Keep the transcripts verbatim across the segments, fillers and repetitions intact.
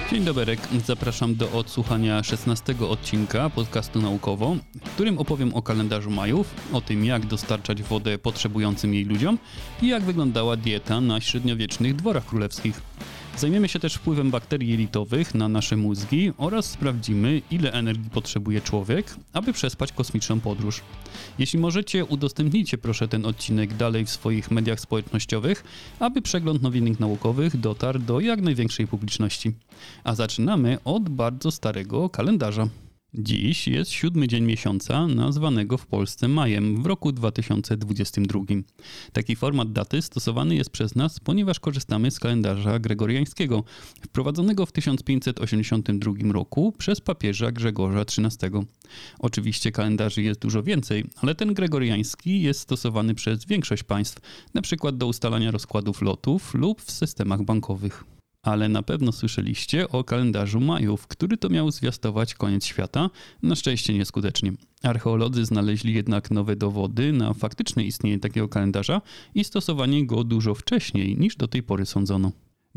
Dzień dobry, zapraszam do odsłuchania szesnastego odcinka podcastu Naukowo, w którym opowiem o kalendarzu Majów, o tym jak dostarczać wodę potrzebującym jej ludziom i jak wyglądała dieta na średniowiecznych dworach królewskich. Zajmiemy się też wpływem bakterii jelitowych na nasze mózgi oraz sprawdzimy, ile energii potrzebuje człowiek, aby przespać kosmiczną podróż. Jeśli możecie, udostępnijcie proszę ten odcinek dalej w swoich mediach społecznościowych, aby przegląd nowinek naukowych dotarł do jak największej publiczności. A zaczynamy od bardzo starego kalendarza. Dziś jest siódmy dzień miesiąca, nazwanego w Polsce majem w roku dwa tysiące dwudziestym drugim. Taki format daty stosowany jest przez nas, ponieważ korzystamy z kalendarza gregoriańskiego, wprowadzonego w tysiąc pięćset osiemdziesiątym drugim roku przez papieża Grzegorza trzynastego. Oczywiście kalendarzy jest dużo więcej, ale ten gregoriański jest stosowany przez większość państw, np. do ustalania rozkładów lotów lub w systemach bankowych. Ale na pewno słyszeliście o kalendarzu Majów, który to miał zwiastować koniec świata, na szczęście nieskutecznie. Archeolodzy znaleźli jednak nowe dowody na faktyczne istnienie takiego kalendarza i stosowanie go dużo wcześniej niż do tej pory sądzono.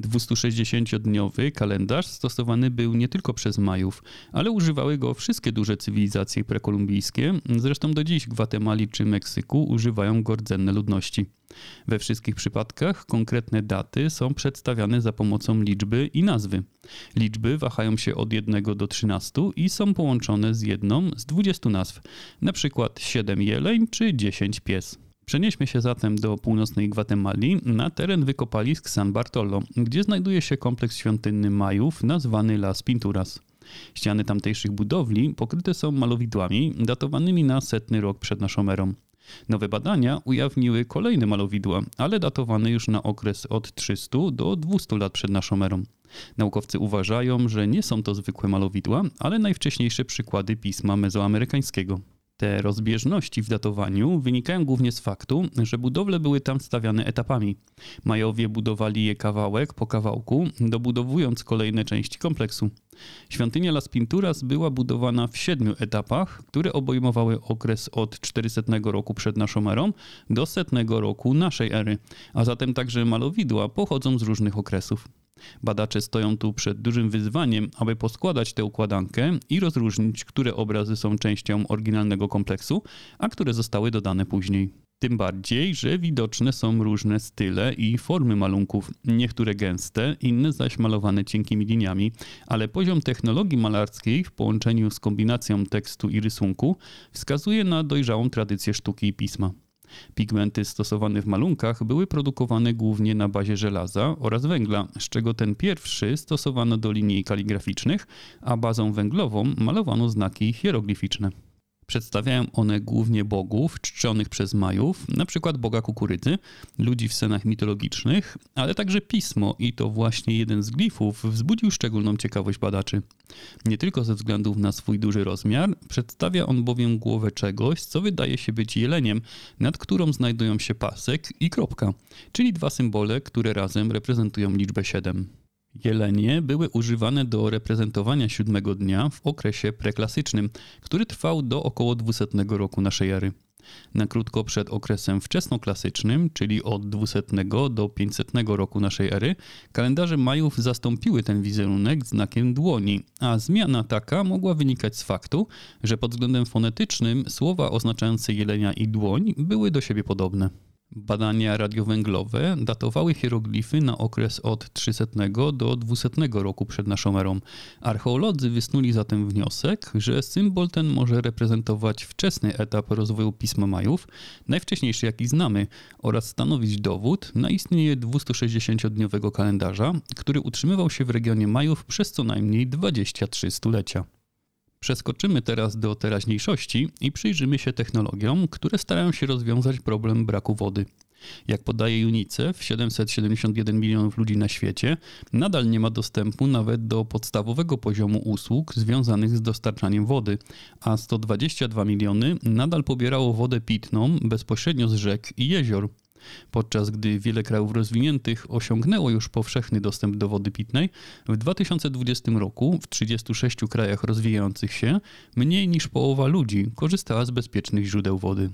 dwiestosześćdziesięciodniowy kalendarz stosowany był nie tylko przez Majów, ale używały go wszystkie duże cywilizacje prekolumbijskie, zresztą do dziś Gwatemali czy Meksyku używają go rdzenne ludności. We wszystkich przypadkach konkretne daty są przedstawiane za pomocą liczby i nazwy. Liczby wahają się od jednego do trzynastu i są połączone z jedną z dwudziestu nazw, na przykład siedem jeleń czy dziesięć pies. Przenieśmy się zatem do północnej Gwatemali na teren wykopalisk San Bartolo, gdzie znajduje się kompleks świątynny Majów nazwany Las Pinturas. Ściany tamtejszych budowli pokryte są malowidłami datowanymi na setny rok przed naszą erą. Nowe badania ujawniły kolejne malowidła, ale datowane już na okres od trzystu do dwustu lat przed naszą erą. Naukowcy uważają, że nie są to zwykłe malowidła, ale najwcześniejsze przykłady pisma mezoamerykańskiego. Te rozbieżności w datowaniu wynikają głównie z faktu, że budowle były tam stawiane etapami. Majowie budowali je kawałek po kawałku, dobudowując kolejne części kompleksu. Świątynia Las Pinturas była budowana w siedmiu etapach, które obejmowały okres od czterysetnego roku przed naszą erą do setnego roku naszej ery, a zatem także malowidła pochodzą z różnych okresów. Badacze stoją tu przed dużym wyzwaniem, aby poskładać tę układankę i rozróżnić, które obrazy są częścią oryginalnego kompleksu, a które zostały dodane później. Tym bardziej, że widoczne są różne style i formy malunków, niektóre gęste, inne zaś malowane cienkimi liniami, ale poziom technologii malarskiej w połączeniu z kombinacją tekstu i rysunku wskazuje na dojrzałą tradycję sztuki i pisma. Pigmenty stosowane w malunkach były produkowane głównie na bazie żelaza oraz węgla, z czego ten pierwszy stosowano do linii kaligraficznych, a bazą węglową malowano znaki hieroglificzne. Przedstawiają one głównie bogów czczonych przez Majów, np. boga kukurydzy, ludzi w scenach mitologicznych, ale także pismo i to właśnie jeden z glifów wzbudził szczególną ciekawość badaczy. Nie tylko ze względu na swój duży rozmiar, przedstawia on bowiem głowę czegoś, co wydaje się być jeleniem, nad którą znajdują się pasek i kropka, czyli dwa symbole, które razem reprezentują liczbę siedem. Jelenie były używane do reprezentowania siódmego dnia w okresie preklasycznym, który trwał do około dwusetnego roku naszej ery. Na krótko przed okresem wczesnoklasycznym, czyli od dwusetnego do pięćsetnego roku naszej ery, kalendarze Majów zastąpiły ten wizerunek znakiem dłoni, a zmiana taka mogła wynikać z faktu, że pod względem fonetycznym słowa oznaczające jelenia i dłoń były do siebie podobne. Badania radiowęglowe datowały hieroglify na okres od trzysetnego do dwusetnego roku przed naszą erą. Archeolodzy wysnuli zatem wniosek, że symbol ten może reprezentować wczesny etap rozwoju pisma Majów, najwcześniejszy jaki znamy, oraz stanowić dowód na istnienie dwiestosześćdziesięciodniowego kalendarza, który utrzymywał się w regionie Majów przez co najmniej dwadzieścia trzy stulecia. Przeskoczymy teraz do teraźniejszości i przyjrzymy się technologiom, które starają się rozwiązać problem braku wody. Jak podaje UNICEF, siedemset siedemdziesiąt jeden milionów ludzi na świecie nadal nie ma dostępu nawet do podstawowego poziomu usług związanych z dostarczaniem wody, a sto dwadzieścia dwa miliony nadal pobierało wodę pitną bezpośrednio z rzek i jezior. Podczas gdy wiele krajów rozwiniętych osiągnęło już powszechny dostęp do wody pitnej, w dwa tysiące dwudziestym roku w trzydziestu sześciu krajach rozwijających się mniej niż połowa ludzi korzystała z bezpiecznych źródeł wody.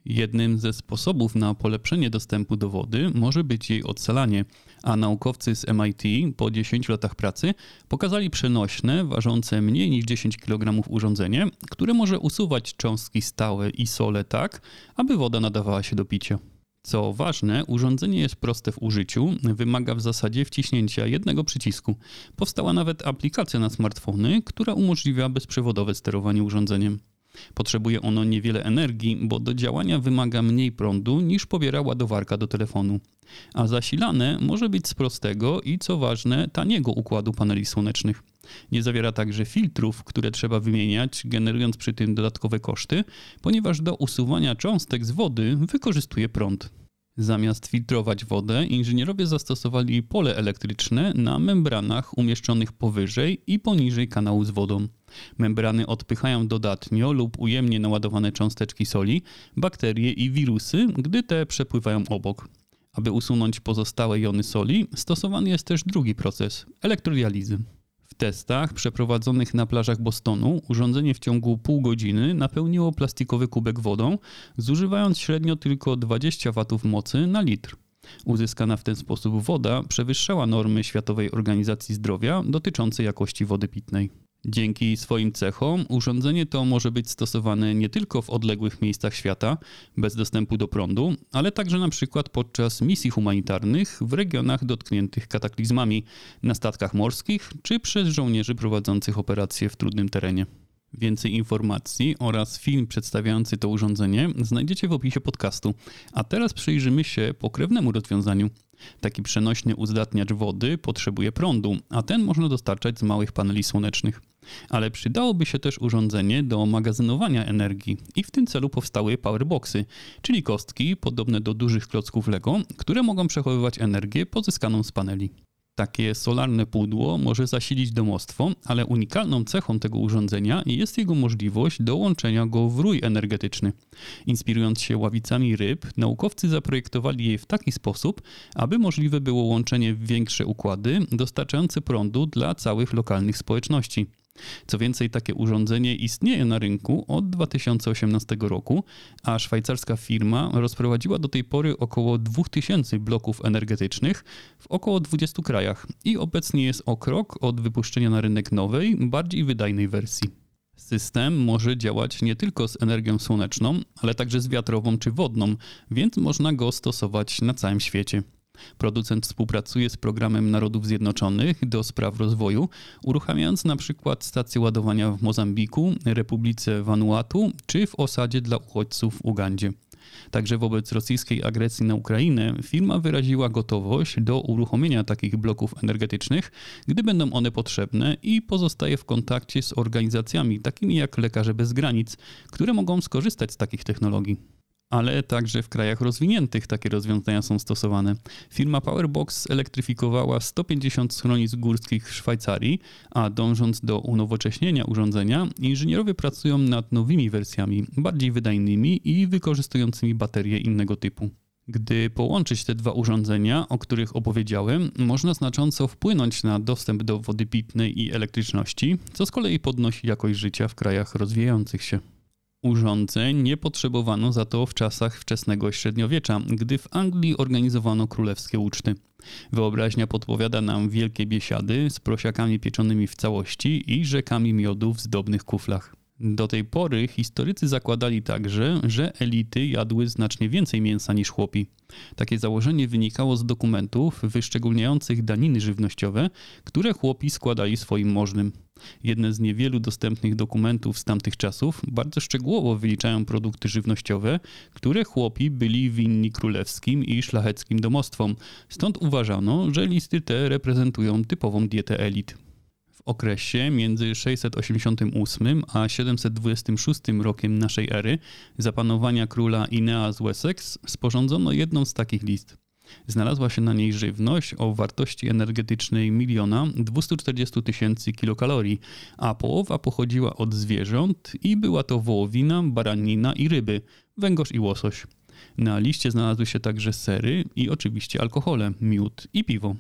Jednym ze sposobów na polepszenie dostępu do wody może być jej odsalanie, a naukowcy z M I T po dziesięciu latach pracy pokazali przenośne, ważące mniej niż dziesięć kilogramów urządzenie, które może usuwać cząstki stałe i sole tak, aby woda nadawała się do picia. Co ważne, urządzenie jest proste w użyciu, wymaga w zasadzie wciśnięcia jednego przycisku. Powstała nawet aplikacja na smartfony, która umożliwia bezprzewodowe sterowanie urządzeniem. Potrzebuje ono niewiele energii, bo do działania wymaga mniej prądu niż pobiera ładowarka do telefonu. A zasilane może być z prostego i, co ważne, taniego układu paneli słonecznych. Nie zawiera także filtrów, które trzeba wymieniać, generując przy tym dodatkowe koszty, ponieważ do usuwania cząstek z wody wykorzystuje prąd. Zamiast filtrować wodę, inżynierowie zastosowali pole elektryczne na membranach umieszczonych powyżej i poniżej kanału z wodą. Membrany odpychają dodatnio lub ujemnie naładowane cząsteczki soli, bakterie i wirusy, gdy te przepływają obok. Aby usunąć pozostałe jony soli, stosowany jest też drugi proces – elektrodializy. W testach przeprowadzonych na plażach Bostonu urządzenie w ciągu pół godziny napełniło plastikowy kubek wodą, zużywając średnio tylko dwadzieścia watów mocy na litr. Uzyskana w ten sposób woda przewyższała normy Światowej Organizacji Zdrowia dotyczące jakości wody pitnej. Dzięki swoim cechom urządzenie to może być stosowane nie tylko w odległych miejscach świata, bez dostępu do prądu, ale także na przykład podczas misji humanitarnych w regionach dotkniętych kataklizmami, na statkach morskich czy przez żołnierzy prowadzących operacje w trudnym terenie. Więcej informacji oraz film przedstawiający to urządzenie znajdziecie w opisie podcastu. A teraz przyjrzymy się pokrewnemu rozwiązaniu. Taki przenośny uzdatniacz wody potrzebuje prądu, a ten można dostarczać z małych paneli słonecznych. Ale przydałoby się też urządzenie do magazynowania energii i w tym celu powstały powerboxy, czyli kostki podobne do dużych klocków Lego, które mogą przechowywać energię pozyskaną z paneli. Takie solarne pudło może zasilić domostwo, ale unikalną cechą tego urządzenia jest jego możliwość dołączenia go w rój energetyczny. Inspirując się ławicami ryb, naukowcy zaprojektowali je w taki sposób, aby możliwe było łączenie w większe układy dostarczające prądu dla całych lokalnych społeczności. Co więcej, takie urządzenie istnieje na rynku od dwa tysiące osiemnastego roku, a szwajcarska firma rozprowadziła do tej pory około dwa tysiące bloków energetycznych w około dwudziestu krajach i obecnie jest o krok od wypuszczenia na rynek nowej, bardziej wydajnej wersji. System może działać nie tylko z energią słoneczną, ale także z wiatrową czy wodną, więc można go stosować na całym świecie. Producent współpracuje z Programem Narodów Zjednoczonych do spraw rozwoju, uruchamiając na przykład stację ładowania w Mozambiku, Republice Vanuatu czy w osadzie dla uchodźców w Ugandzie. Także wobec rosyjskiej agresji na Ukrainę firma wyraziła gotowość do uruchomienia takich bloków energetycznych, gdy będą one potrzebne i pozostaje w kontakcie z organizacjami takimi jak Lekarze Bez Granic, które mogą skorzystać z takich technologii. Ale także w krajach rozwiniętych takie rozwiązania są stosowane. Firma Powerbox zelektryfikowała sto pięćdziesiąt schronisk górskich w Szwajcarii, a dążąc do unowocześnienia urządzenia, inżynierowie pracują nad nowymi wersjami, bardziej wydajnymi i wykorzystującymi baterie innego typu. Gdy połączyć te dwa urządzenia, o których opowiedziałem, można znacząco wpłynąć na dostęp do wody pitnej i elektryczności, co z kolei podnosi jakość życia w krajach rozwijających się. Urządzeń nie potrzebowano za to w czasach wczesnego średniowiecza, gdy w Anglii organizowano królewskie uczty. Wyobraźnia podpowiada nam wielkie biesiady z prosiakami pieczonymi w całości i rzekami miodu w zdobnych kuflach. Do tej pory historycy zakładali także, że elity jadły znacznie więcej mięsa niż chłopi. Takie założenie wynikało z dokumentów wyszczególniających daniny żywnościowe, które chłopi składali swoim możnym. Jedne z niewielu dostępnych dokumentów z tamtych czasów bardzo szczegółowo wyliczają produkty żywnościowe, które chłopi byli winni królewskim i szlacheckim domostwom, stąd uważano, że listy te reprezentują typową dietę elit. W okresie między sześćset osiemdziesiątym ósmym a siedemset dwudziestym szóstym rokiem naszej ery za panowania króla Inea z Wessex sporządzono jedną z takich list. Znalazła się na niej żywność o wartości energetycznej miliona dwieście czterdzieści tysięcy kilokalorii, a połowa pochodziła od zwierząt i była to wołowina, baranina i ryby, węgorz i łosoś. Na liście znalazły się także sery i oczywiście alkohole, miód i piwo.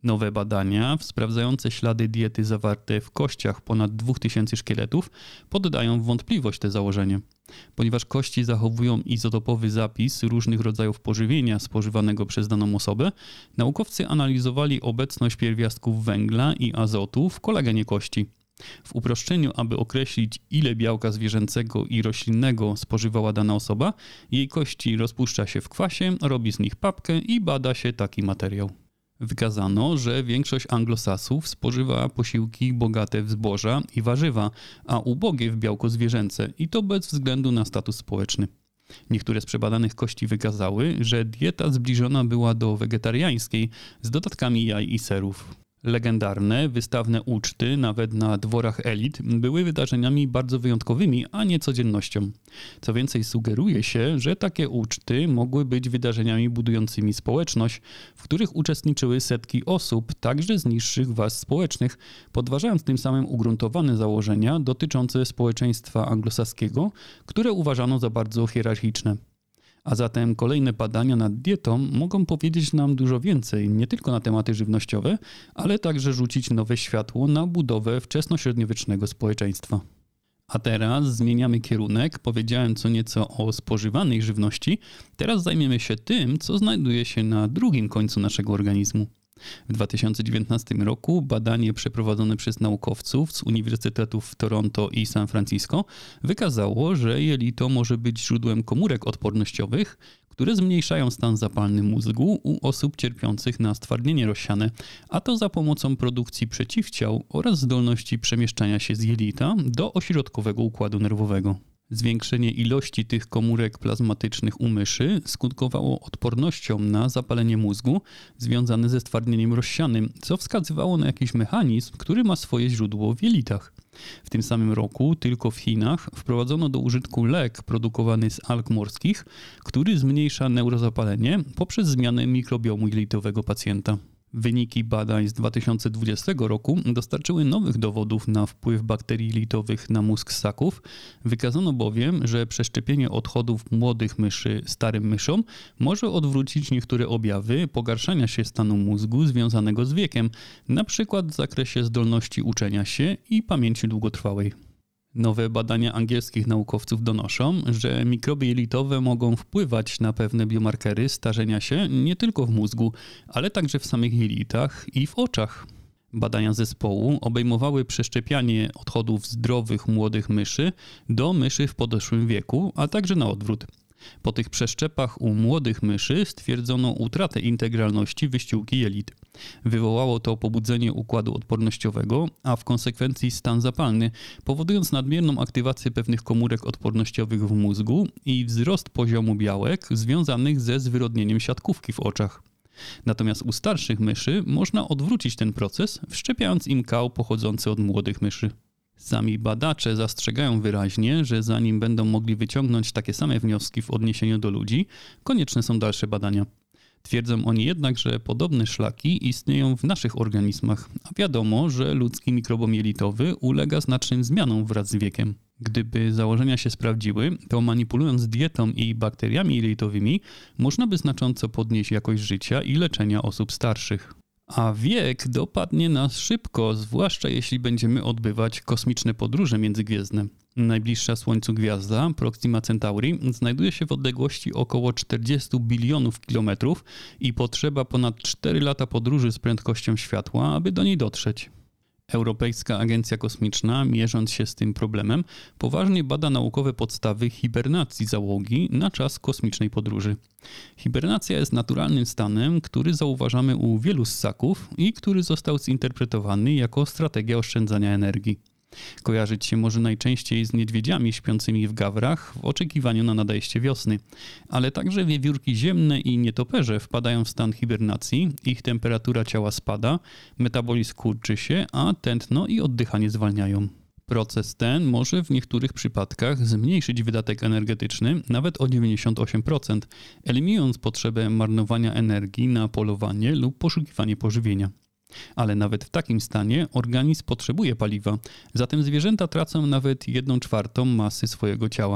Nowe badania sprawdzające ślady diety zawarte w kościach ponad dwa tysiące szkieletów poddają w wątpliwość te założenie. Ponieważ kości zachowują izotopowy zapis różnych rodzajów pożywienia spożywanego przez daną osobę, naukowcy analizowali obecność pierwiastków węgla i azotu w kolagenie kości. W uproszczeniu, aby określić, ile białka zwierzęcego i roślinnego spożywała dana osoba, jej kości rozpuszcza się w kwasie, robi z nich papkę i bada się taki materiał. Wykazano, że większość anglosasów spożywa posiłki bogate w zboża i warzywa, a ubogie w białko zwierzęce i to bez względu na status społeczny. Niektóre z przebadanych kości wykazały, że dieta zbliżona była do wegetariańskiej z dodatkami jaj i serów. Legendarne, wystawne uczty, nawet na dworach elit, były wydarzeniami bardzo wyjątkowymi, a nie codziennością. Co więcej, sugeruje się, że takie uczty mogły być wydarzeniami budującymi społeczność, w których uczestniczyły setki osób, także z niższych warstw społecznych, podważając tym samym ugruntowane założenia dotyczące społeczeństwa anglosaskiego, które uważano za bardzo hierarchiczne. A zatem kolejne badania nad dietą mogą powiedzieć nam dużo więcej, nie tylko na tematy żywnościowe, ale także rzucić nowe światło na budowę wczesnośredniowiecznego społeczeństwa. A teraz zmieniamy kierunek, powiedziałem co nieco o spożywanej żywności, teraz zajmiemy się tym, co znajduje się na drugim końcu naszego organizmu. W dwa tysiące dziewiętnastym roku badanie przeprowadzone przez naukowców z uniwersytetów w Toronto i San Francisco wykazało, że jelito może być źródłem komórek odpornościowych, które zmniejszają stan zapalny mózgu u osób cierpiących na stwardnienie rozsiane, a to za pomocą produkcji przeciwciał oraz zdolności przemieszczania się z jelita do ośrodkowego układu nerwowego. Zwiększenie ilości tych komórek plazmatycznych u myszy skutkowało odpornością na zapalenie mózgu związane ze stwardnieniem rozsianym, co wskazywało na jakiś mechanizm, który ma swoje źródło w jelitach. W tym samym roku tylko w Chinach wprowadzono do użytku lek produkowany z alg morskich, który zmniejsza neurozapalenie poprzez zmianę mikrobiomu jelitowego pacjenta. Wyniki badań z dwa tysiące dwudziestego roku dostarczyły nowych dowodów na wpływ bakterii jelitowych na mózg ssaków. Wykazano bowiem, że przeszczepienie odchodów młodych myszy starym myszom może odwrócić niektóre objawy pogarszania się stanu mózgu związanego z wiekiem, na przykład w zakresie zdolności uczenia się i pamięci długotrwałej. Nowe badania angielskich naukowców donoszą, że mikroby jelitowe mogą wpływać na pewne biomarkery starzenia się nie tylko w mózgu, ale także w samych jelitach i w oczach. Badania zespołu obejmowały przeszczepianie odchodów zdrowych młodych myszy do myszy w podeszłym wieku, a także na odwrót. Po tych przeszczepach u młodych myszy stwierdzono utratę integralności wyściółki jelit. Wywołało to pobudzenie układu odpornościowego, a w konsekwencji stan zapalny, powodując nadmierną aktywację pewnych komórek odpornościowych w mózgu i wzrost poziomu białek związanych ze zwyrodnieniem siatkówki w oczach. Natomiast u starszych myszy można odwrócić ten proces, wszczepiając im kał pochodzący od młodych myszy. Sami badacze zastrzegają wyraźnie, że zanim będą mogli wyciągnąć takie same wnioski w odniesieniu do ludzi, konieczne są dalsze badania. Twierdzą oni jednak, że podobne szlaki istnieją w naszych organizmach, a wiadomo, że ludzki mikrobom jelitowy ulega znacznym zmianom wraz z wiekiem. Gdyby założenia się sprawdziły, to manipulując dietą i bakteriami jelitowymi, można by znacząco podnieść jakość życia i leczenia osób starszych. A wiek dopadnie nas szybko, zwłaszcza jeśli będziemy odbywać kosmiczne podróże międzygwiezdne. Najbliższa Słońcu gwiazda, Proxima Centauri, znajduje się w odległości około czterdzieści bilionów kilometrów i potrzeba ponad cztery lata podróży z prędkością światła, aby do niej dotrzeć. Europejska Agencja Kosmiczna, mierząc się z tym problemem, poważnie bada naukowe podstawy hibernacji załogi na czas kosmicznej podróży. Hibernacja jest naturalnym stanem, który zauważamy u wielu ssaków i który został zinterpretowany jako strategia oszczędzania energii. Kojarzyć się może najczęściej z niedźwiedziami śpiącymi w gawrach w oczekiwaniu na nadejście wiosny, ale także wiewiórki ziemne i nietoperze wpadają w stan hibernacji, ich temperatura ciała spada, metabolizm kurczy się, a tętno i oddychanie zwalniają. Proces ten może w niektórych przypadkach zmniejszyć wydatek energetyczny nawet o dziewięćdziesiąt osiem procent, eliminując potrzebę marnowania energii na polowanie lub poszukiwanie pożywienia. Ale nawet w takim stanie organizm potrzebuje paliwa, zatem zwierzęta tracą nawet jedną czwartą masy swojego ciała.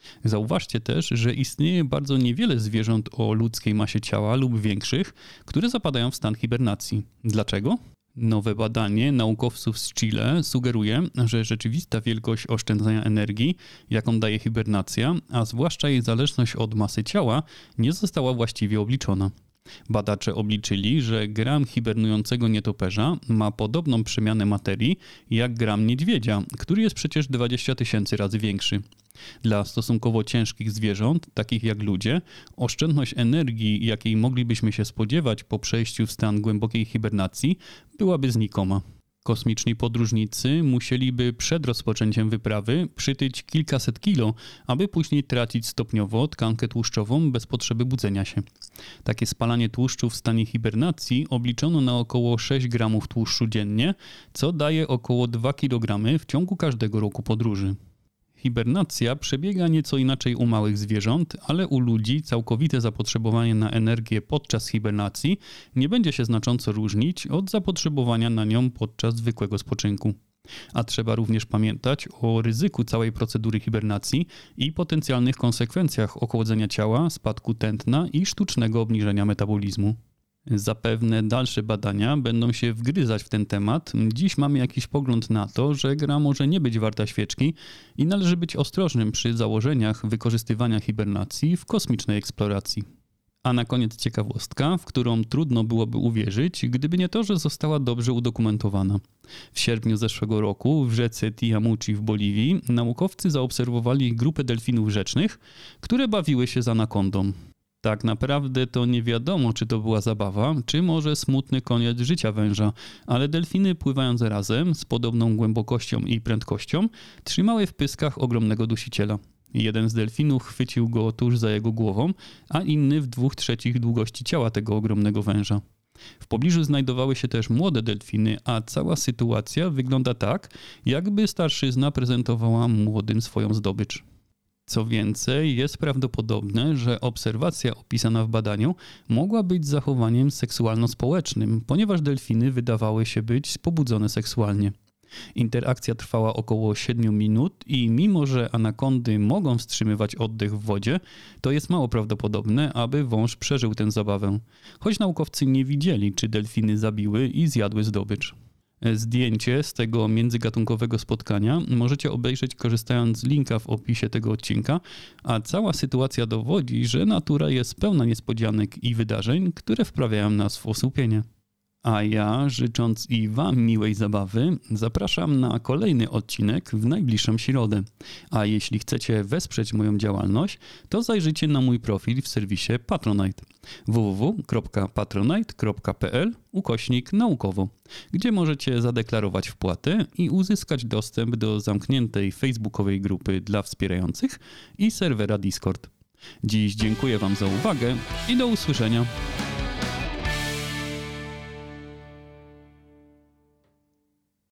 Zauważcie też, że istnieje bardzo niewiele zwierząt o ludzkiej masie ciała lub większych, które zapadają w stan hibernacji. Dlaczego? Nowe badanie naukowców z Chile sugeruje, że rzeczywista wielkość oszczędzania energii, jaką daje hibernacja, a zwłaszcza jej zależność od masy ciała, nie została właściwie obliczona. Badacze obliczyli, że gram hibernującego nietoperza ma podobną przemianę materii jak gram niedźwiedzia, który jest przecież dwadzieścia tysięcy razy większy. Dla stosunkowo ciężkich zwierząt, takich jak ludzie, oszczędność energii, jakiej moglibyśmy się spodziewać po przejściu w stan głębokiej hibernacji, byłaby znikoma. Kosmiczni podróżnicy musieliby przed rozpoczęciem wyprawy przytyć kilkaset kilo, aby później tracić stopniowo tkankę tłuszczową bez potrzeby budzenia się. Takie spalanie tłuszczu w stanie hibernacji obliczono na około sześć gramów tłuszczu dziennie, co daje około dwa kilogramy w ciągu każdego roku podróży. Hibernacja przebiega nieco inaczej u małych zwierząt, ale u ludzi całkowite zapotrzebowanie na energię podczas hibernacji nie będzie się znacząco różnić od zapotrzebowania na nią podczas zwykłego spoczynku. A trzeba również pamiętać o ryzyku całej procedury hibernacji i potencjalnych konsekwencjach ochłodzenia ciała, spadku tętna i sztucznego obniżenia metabolizmu. Zapewne dalsze badania będą się wgryzać w ten temat. Dziś mamy jakiś pogląd na to, że gra może nie być warta świeczki i należy być ostrożnym przy założeniach wykorzystywania hibernacji w kosmicznej eksploracji. A na koniec ciekawostka, w którą trudno byłoby uwierzyć, gdyby nie to, że została dobrze udokumentowana. W sierpniu zeszłego roku w rzece Tiamuchi w Boliwii naukowcy zaobserwowali grupę delfinów rzecznych, które bawiły się z anakondą. Tak naprawdę to nie wiadomo, czy to była zabawa, czy może smutny koniec życia węża, ale delfiny pływając razem z podobną głębokością i prędkością trzymały w pyskach ogromnego dusiciela. Jeden z delfinów chwycił go tuż za jego głową, a inny w dwóch trzecich długości ciała tego ogromnego węża. W pobliżu znajdowały się też młode delfiny, a cała sytuacja wygląda tak, jakby starszyzna prezentowała młodym swoją zdobycz. Co więcej, jest prawdopodobne, że obserwacja opisana w badaniu mogła być zachowaniem seksualno-społecznym, ponieważ delfiny wydawały się być pobudzone seksualnie. Interakcja trwała około siedmiu minut i mimo, że anakondy mogą wstrzymywać oddech w wodzie, to jest mało prawdopodobne, aby wąż przeżył tę zabawę, choć naukowcy nie widzieli, czy delfiny zabiły i zjadły zdobycz. Zdjęcie z tego międzygatunkowego spotkania możecie obejrzeć korzystając z linka w opisie tego odcinka, a cała sytuacja dowodzi, że natura jest pełna niespodzianek i wydarzeń, które wprawiają nas w osłupienie. A ja, życząc i wam miłej zabawy, zapraszam na kolejny odcinek w najbliższą środę. A jeśli chcecie wesprzeć moją działalność, to zajrzyjcie na mój profil w serwisie Patronite w w w kropka patronite kropka p l ukośnik naukowo, gdzie możecie zadeklarować wpłatę i uzyskać dostęp do zamkniętej facebookowej grupy dla wspierających i serwera Discord. Dziś dziękuję wam za uwagę i do usłyszenia.